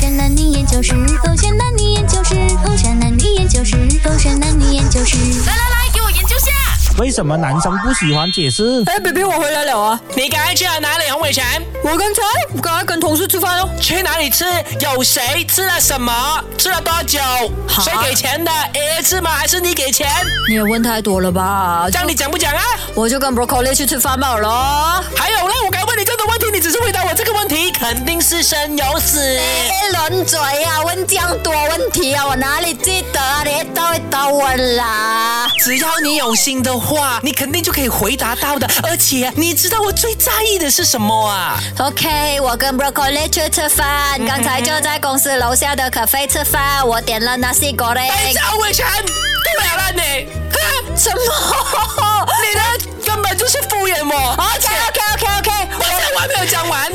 山男女研究室，狗选男女研究室，狗选男女研究室，狗选男女研究室。 来，给我研究下。 为什么男生不喜欢解释？ baby， 我回来了啊！ 你刚才去了哪里，洪伟全？ 我刚才跟同事吃饭哦。 去哪里吃？有谁？吃了什么？吃了多久？谁给钱的 ？AA 制吗？还是你给钱？ 你也问太多了吧？ 这样你讲不讲啊？ 我就跟 Broccoli 去吃饭饱了。 还有呢，我刚问你这个问题，你只是回答我这个问题，肯定是生有死。 轮嘴啊！问这样多问题啊，我哪里记得啊？你一刀一刀问啦。 只要你有心的话，你肯定就可以回答到的。而且你知道我最在意的是什么啊 ？OK， 我跟 Broccoli 去吃饭，刚才就在公司楼下的咖啡吃饭，我点了 nasi goreng。 等一下，伟全，够了啦你！ 什么？ 你的根本就是敷衍我。 OK， 我还没有讲完。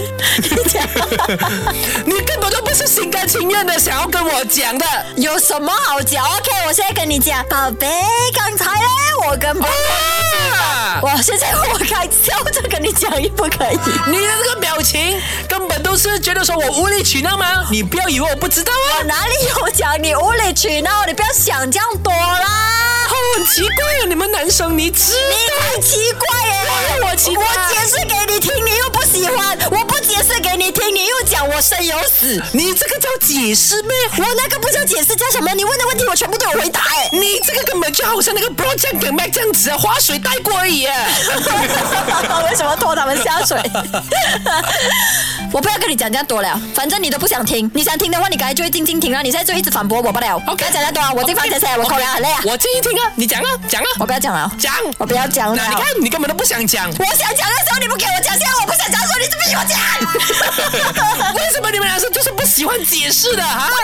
你根本就不是心甘情愿的想要跟我讲的。 有什么好讲 ？OK， 我现在跟你讲，宝贝，刚才呢，我跟现在我开笑着跟你讲，不可以？ 你的这个表情根本都是觉得说我无理取闹吗？你不要以为我不知道啊！ 我哪里有讲你无理取闹？你不要想这样多啦！ 很奇怪啊，你们男生你知道？ 你才奇怪耶！ 我奇怪， 我解释给你听，你又不喜欢；我不解释给你听，你又讲我生有死。 你这个叫解释咩？ 我那个不叫解释，叫什么？你问的问题我全部都有回答哎！ 你这个根本就好像那个 Project 跟 Mac 这样子啊，划水带过而已啊！ 为什么拖他们下水？我不要跟你讲这样多了，反正你都不想听。你想听的话，你刚才就会静静听了。你现在就一直反驳我不了。 OK， 讲这样多啊！我进房间先，我口粮很累啊。 我静一听啊，你讲啊，讲啊。 我不要讲了， 讲， 我不要讲了。 你看，你根本都不想讲。 我想讲的时候你不给我讲，现在我不想讲的时候你就逼我讲。 为什么你们男生就是不喜欢解释的啊？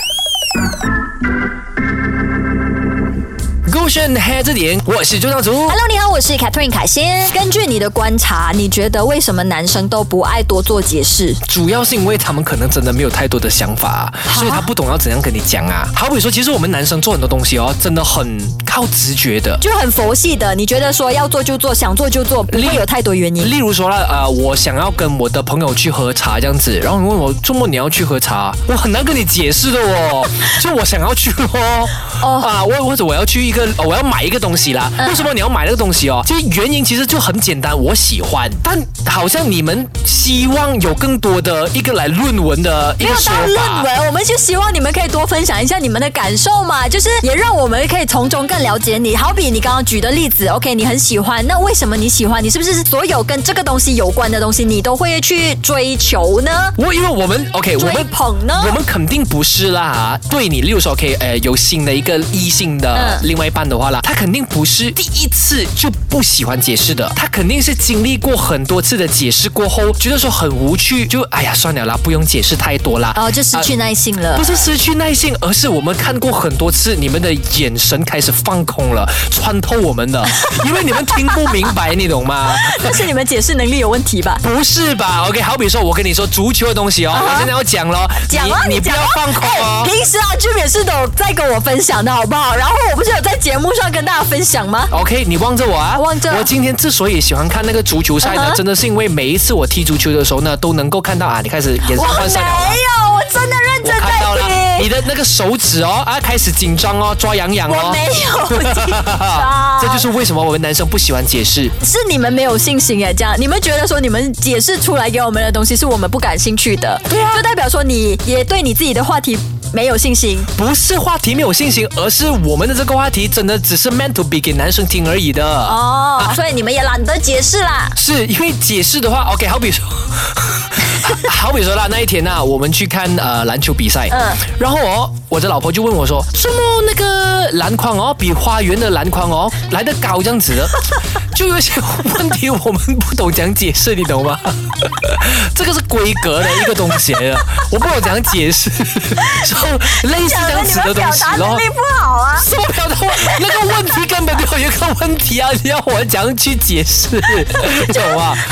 勾选黑着点，我是周长竹。 Hello， 你好，我是 Catherine 凯欣。根据你的观察，你觉得为什么男生都不爱多做解释？ 主要是因为他们可能真的没有太多的想法，所以他不懂要怎样跟你讲啊。好比说，其实我们男生做很多东西哦，真的很靠直觉的， 就很佛系的。你觉得说要做就做，想做就做，不会有太多原因。 例如说了，我想要跟我的朋友去喝茶这样子，然后你问我周末你要去喝茶，我很难跟你解释的哦，就我想要去咯。或者我要去我要买一个东西啦。为什么你要买那个东西哦？其实原因其实就很简单，我喜欢。但好像你们希望有更多的一个来论文的一个说法。 没有到论文，我们就希望你们可以多分享一下你们的感受嘛，就是也让我们可以从中更了解你。好比你刚刚举的例子 ，OK， 你很喜欢，那为什么你喜欢？你是不是所有跟这个东西有关的东西，你都会去追求呢？ 因为我们 OK， 我们捧呢？ 我们肯定不是啦。对你，例如说 OK， 有新的一个异性的另外一半的话啦，他肯定不是第一次就不喜欢解释的，他肯定是经历过很多次的解释过后，觉得说很无趣，就哎呀算了啦，不用解释太多啦。 就失去耐性了。 不是失去耐性，而是我们看过很多次，你们的眼神开始放空了，穿透我们的，因为你们听不明白，你懂吗？ 但是你们解释能力有问题吧？ 不是吧 ？OK， 好比说我跟你说足球的东西哦，我现在要讲了，你不要放空哦。 平时Jim也是都有在跟我分享的好不好？然后我不是有在节目上跟大家分享吗 ？OK， 你望着我啊， 望着。 我今天之所以喜欢看那个足球赛呢，真的是因为每一次我踢足球的时候呢，都能够看到啊，你开始眼神涣散了。 没有，我真的认真在听。 你的那个手指哦开始紧张哦，抓痒痒哦。 我没有紧张。 这就是为什么我们男生不喜欢解释。 是你们没有信心耶，这样你们觉得说你们解释出来给我们的东西是我们不感兴趣的，对啊，就代表说你也对你自己的话题没有信心。 不是话题没有信心，而是我们的这个话题真的只是 meant to be 给男生听而已的。 所以你们也懒得解释啦。 是因为解释的话 ，OK， 好比说啦，那一天我们去看篮球比赛，然后我的老婆就问我说，什么那个篮筐比花园的篮筐来得高这样子的，就有些问题我们不懂讲解释，你懂吗？这个是规格的一个东西的，我不懂讲解释，类似这样子的东西， 然后能力不好啊， 什么表达？那个问题根本就有一个问题啊，你要我讲去解释，懂吗？ 他好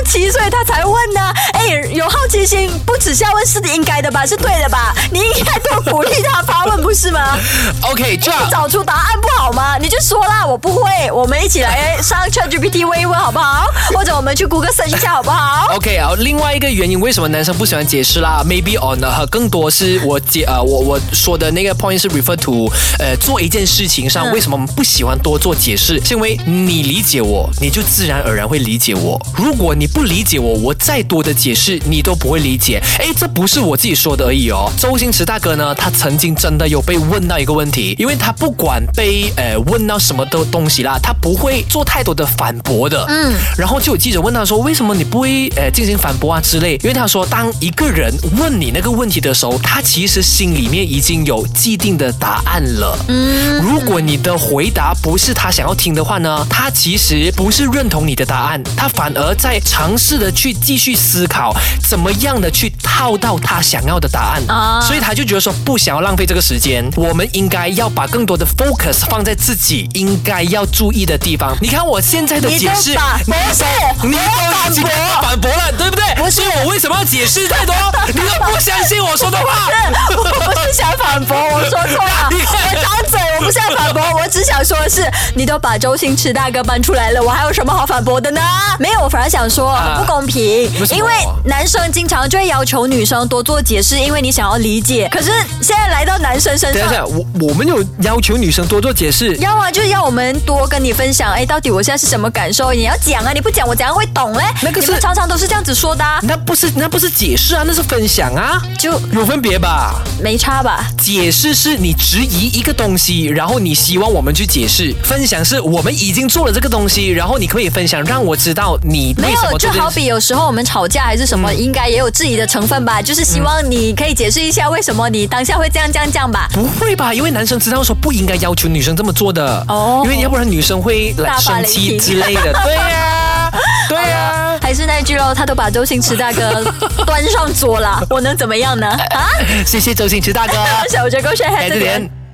奇，所以他才问呢。有好奇心，不耻下问是应该的吧？是对的吧？你应该多鼓励他发问，不是吗 OK， 这样找出答案不好吗？你就说啦，我不会，我们一起来上 ChatGPT 问一问好不好？或者我们去 Google search 一下好不好 ？OK 啊，另外一个原因为什么男生不喜欢解释啦 ？Maybe on 更多是我说的那个 point 是 refer to 做一件事情上，为什么我们不喜欢多做解释？是因为你理解我，你就自然而然会理解我。如果你不理解我，我再多的解释你都不会理解。这不是我自己说的而已哦。周星驰大哥呢，他曾经真的有被问到一个问题，因为他不管被问到什么的东西啦，他不会做太多的反驳的。然后就有记者问他说，为什么你不会进行反驳啊之类？因为他说，当一个人问你那个问题的时候，他其实心里面已经有既定的答案了。如果你的回答不是他想要听的话呢，他其实不是认同你的答案，他反而在尝试的去继续思考怎么样的去套到他想要的答案。所以他就觉得说，不想要浪费这个时间，我们应该要把更多的 focus 放在自己应该要注意的地方。你看我现在的解释，你都反驳了，对不对？所以我为什么要解释太多？你都不相信我说的话。 我不是想反驳，我说错了，我张嘴，我不是想反驳，我只想说的是，你都把周星驰大哥搬出来了，我还有什么好反驳的呢？没有，我反而想说很不公平，因为男生经常就会要求女生多做解释，因为你想要理解。可是现在来到男生身上， 等一下，我们有要求女生多做解释？ 要啊，就是要我们多跟你分享，到底我现在是什么感受？你要讲啊，你不讲我怎样会懂嘞？ 那个是你们常常都是这样子说的啊。 那不是解释啊，那是分享啊， 就有分别吧？ 没差吧？ 解释是你质疑一个东西，然后你希望我们去解释；分享是我们已经做了这个东西，然后你可以分享，让我知道你为什么做这件事。 没有，就好比有时候我们吵架还是什么，应该也有质疑的成分吧？就是希望你可以解释一下为什么你当下会这样吧？ 不会吧？因为男生知道说不应该要求女生这么做的因为要不然女生会来生气之类的。对呀，对呀。 还是那句咯，他都把周星驰大哥端上桌了，我能怎么样呢？啊！ 谢谢周星驰大哥， 小学勾选黑字点。